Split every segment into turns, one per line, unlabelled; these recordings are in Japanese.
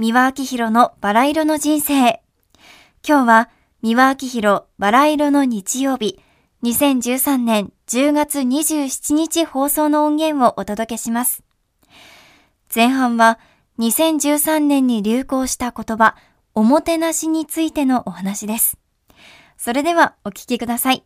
三輪明宏のバラ色の人生。今日は三輪明宏バラ色の日曜日、2013年10月27日放送の音源をお届けします。前半は2013年に流行した言葉、おもてなしについてのお話です。それではお聞きください。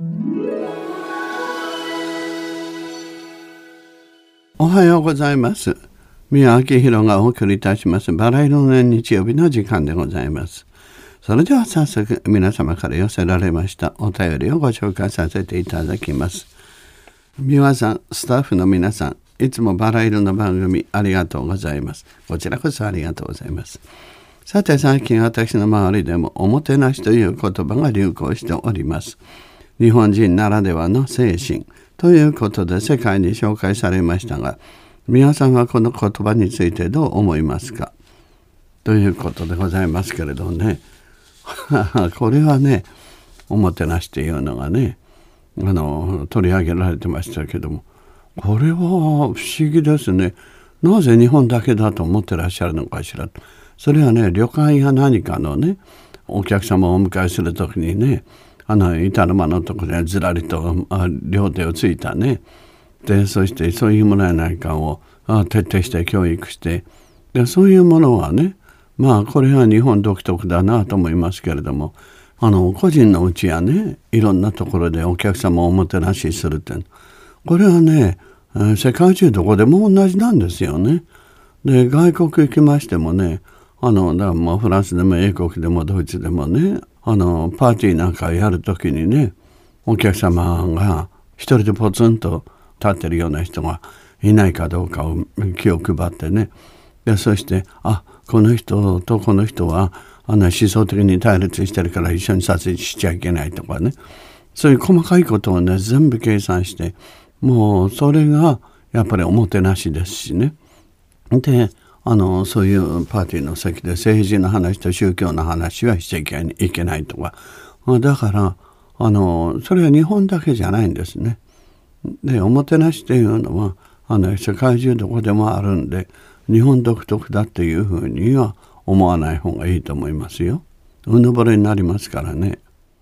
おはようございます。三輪明宏がお送りいたしますバラ色の日曜日の時間でございます。それでは早速皆様から寄せられましたお便りをご紹介させていただきます。三輪さん、スタッフの皆さん、いつもバラ色の番組ありがとうございます。こちらこそありがとうございます。さて最近私の周りでもおもてなしという言葉が流行しております。日本人ならではの精神ということで世界に紹介されましたが、皆さんはこの言葉についてどう思いますかということでございますけれどねこれはね、おもてなしというのがね取り上げられてましたけども、これは不思議ですね。なぜ日本だけだと思ってらっしゃるのかしら。それはね、旅館や何かのねお客様をお迎えするときにね、板の間のところにずらりと両手をついたね、でそしてそういうものやないかを徹底して教育して、でそういうものはね、これは日本独特だなと思いますけれども、個人のうちやね、いろんなところでお客様をおもてなしするって、これはね、世界中どこでも同じなんですよね。で外国行きましてもね、だからフランスでも英国でもドイツでもね、パーティーなんかやるときにね、お客様が一人でポツンと立ってるような人がいないかどうかを気を配ってね、でそしてこの人とこの人は思想的に対立してるから一緒に撮影しちゃいけないとかね、そういう細かいことをね全部計算して、もうそれがやっぱりおもてなしですしね。でそういうパーティーの席で政治の話と宗教の話はしちゃいけないとか、だからそれは日本だけじゃないんですね。でおもてなしというのは世界中どこでもあるんで、日本独特だっていうふうには思わない方がいいと思いますよ。うぬぼれになりますからね。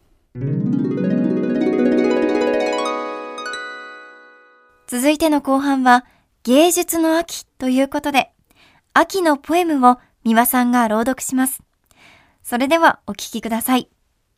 続いての後半は芸術の秋ということで、秋のポエムを三輪さんが朗読します。それではお聞きください。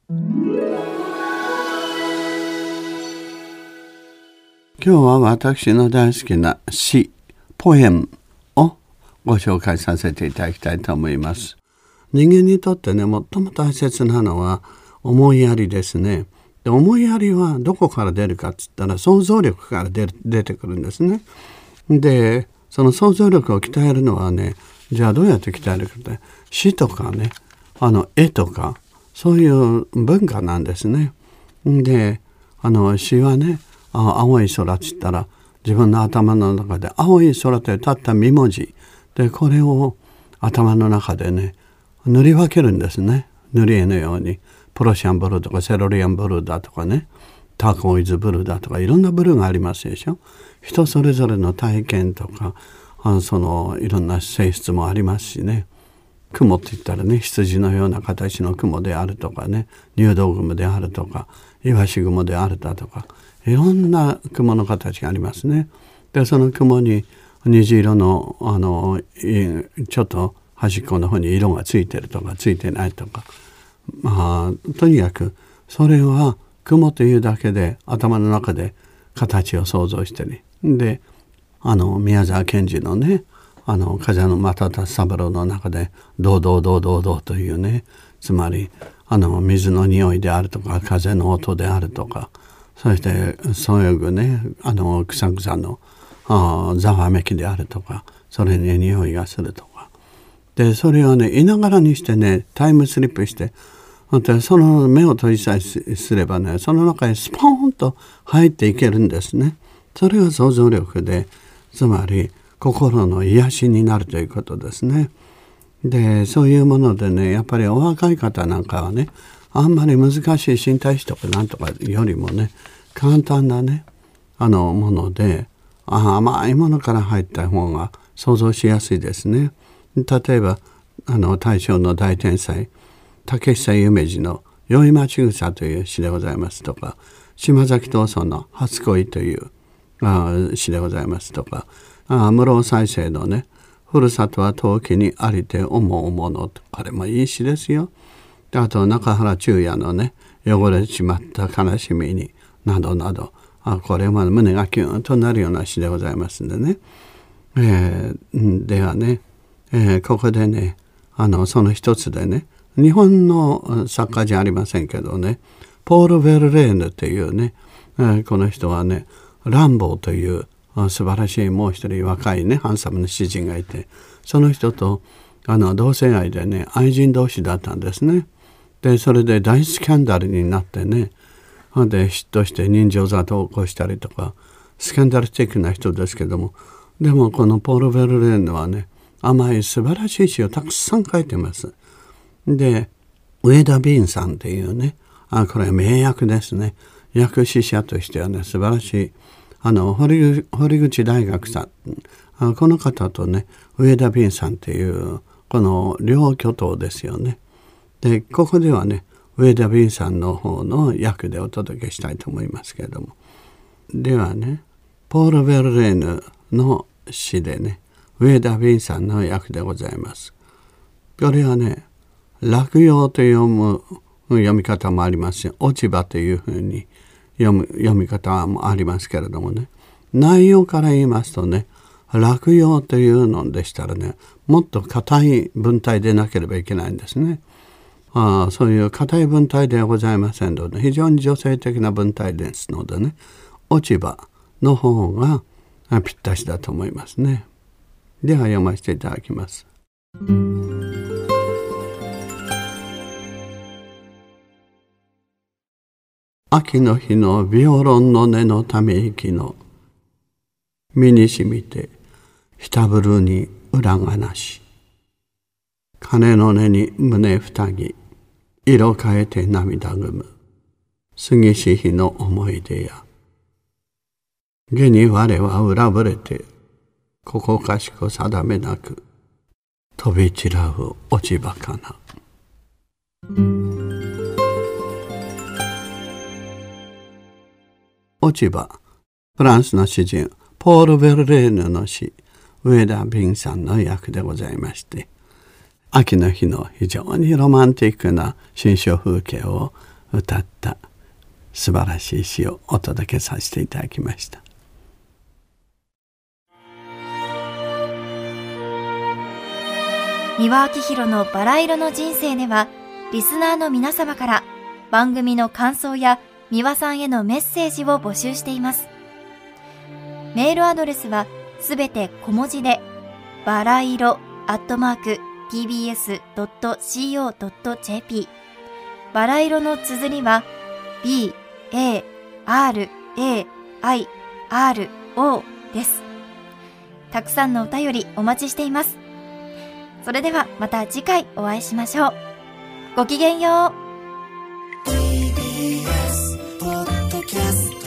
今日は私の大好きな詩、ポエムをご紹介させていただきたいと思います。人間にとってね、最も大切なのは思いやりですね。で思いやりはどこから出るかっつったら想像力から出てくるんですね。でその想像力を鍛えるのはね、じゃあどうやって鍛えるかって、詩とかね、絵とかそういう文化なんですね。で詩はね、青い空っつったら自分の頭の中で青い空というたった2文字で、これを頭の中でね塗り分けるんですね。塗り絵のようにプロシアンブルーとかセロリアンブルーだとかね、ターコイズブルーだとかいろんなブルーがありますでしょ。人それぞれの体験とかいろんな性質もありますしね。雲って言ったらね、羊のような形の雲であるとかね、入道雲であるとかイワシ雲であるだとか、いろんな雲の形がありますね。でその雲に虹色のちょっと端っこの方に色がついてるとかついてないとか、とにかくそれは雲というだけで頭の中で形を想像してね。で宮沢賢治のね風の又田三郎の中で堂々というね、つまり水の匂いであるとか風の音であるとか、そしてそよぐね草々のざわめきであるとか、それに匂いがするとかで、それをねいながらにしてねタイムスリップして、その目を閉じさえすればね、その中にスポーンと入っていけるんですね。それが想像力で、つまり心の癒しになるということですね。でそういうものでね、やっぱりお若い方なんかはね、あんまり難しい身体史とかなんとかよりもね、簡単なねもので甘いものから入った方が想像しやすいですね。例えば大正の大天才竹久夢二の宵町草という詩でございますとか、島崎藤村の初恋という詩でございますとか、室尾再生のね、ふるさとは遠きにありて思うものと、これもいい詩ですよ。であと中原中也のね、汚れてしまった悲しみになどなど、これも胸がキュンとなるような詩でございますんでね、ではね、ここでね、その一つでね、日本の作家じゃありませんけどね、ポール・ベルレーヌというね、この人はね、ランボーという素晴らしいもう一人若いねハンサムな詩人がいて、その人と同性愛でね、愛人同士だったんですね。でそれで大スキャンダルになってね、で嫉妬して人情沙汰を起こしたりとか、スキャンダル的な人ですけども、でもこのポール・ベルレーヌはね、甘い素晴らしい詩をたくさん書いてます。で上田敏さんっていうね、これは名役ですね。訳詩者としてはね、素晴らしい堀口大学さん、この方とね、上田敏さんっていうこの両巨頭ですよね。でここではね、上田敏さんの方の役でお届けしたいと思いますけれども、ではね、ポール・ベルレーヌの詩でね、上田敏さんの役でございます。これはね、落葉と読み方もありますし、落ち葉というふうに読み方もありますけれどもね、内容から言いますとね、落葉というのでしたらね、もっと硬い文体でなければいけないんですね。そういう硬い文体ではございませんので、非常に女性的な文体ですのでね、落ち葉の方がぴったしだと思いますね。では読ませていただきます。秋の日のビオロンの音のため息の身にしみてひたぶるに裏がなし、鐘の音に胸二ぎ色変えて涙ぐむ過ぎし日の思い出や、下に我は裏ぶれてここかしこ定めなく飛び散らう落ち葉かな。落ち葉、フランスの詩人ポール・ベルレーヌの詩、上田敏さんの役でございまして、秋の日の非常にロマンティックな新象風景を歌った素晴らしい詩をお届けさせていただきました。
三輪明宏のバラ色の人生では、リスナーの皆様から番組の感想や三輪さんへのメッセージを募集しています。メールアドレスはすべて小文字で、バラ色@tbs.co.jp、バラ色の綴りは BARAIRO です。たくさんのお便りお待ちしています。それではまた次回お会いしましょう。ごきげんよう。
TBS ポッドキャスト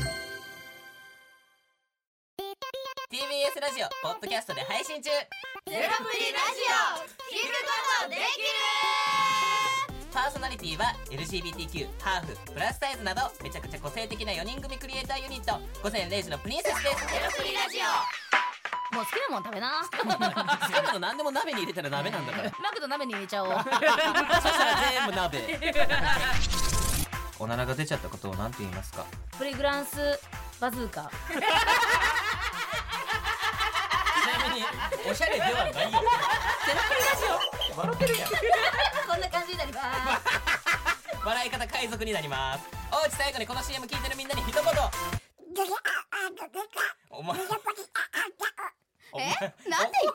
TBS ラジオポッドキャストで配信中。
ゼロプリラジオ聞くことできる。
パーソナリティは LGBTQ、ハーフ、プラスサイズなどめちゃくちゃ個性的な4人組クリエイターユニット午前0時のプリンセスです。
ゼロプリラジオ、もう好きなもん食べな。
好きなの何でも鍋に入れたら鍋なんだから。
マクド鍋に入れちゃおう。
そしたら全部鍋。おならが出ちゃったことを何て言いますか？
プリグランスバズーカ。
ちなみにおしゃれではないよ。ゼロプリラジオ笑ってるやん。
こんな感じになります。
笑い方海賊になります。おうち最後にこの CM 聞いてるみんなに一言。お前
なんて言った？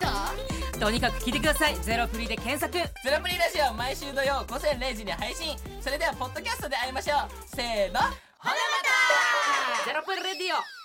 とにかく聞いてください。ゼロプリで検索。
ゼロプリラジオ毎週土曜午前0時に配信。それではポッドキャストで会いましょう。せーの、ほなまた。
ゼロプリレディオ。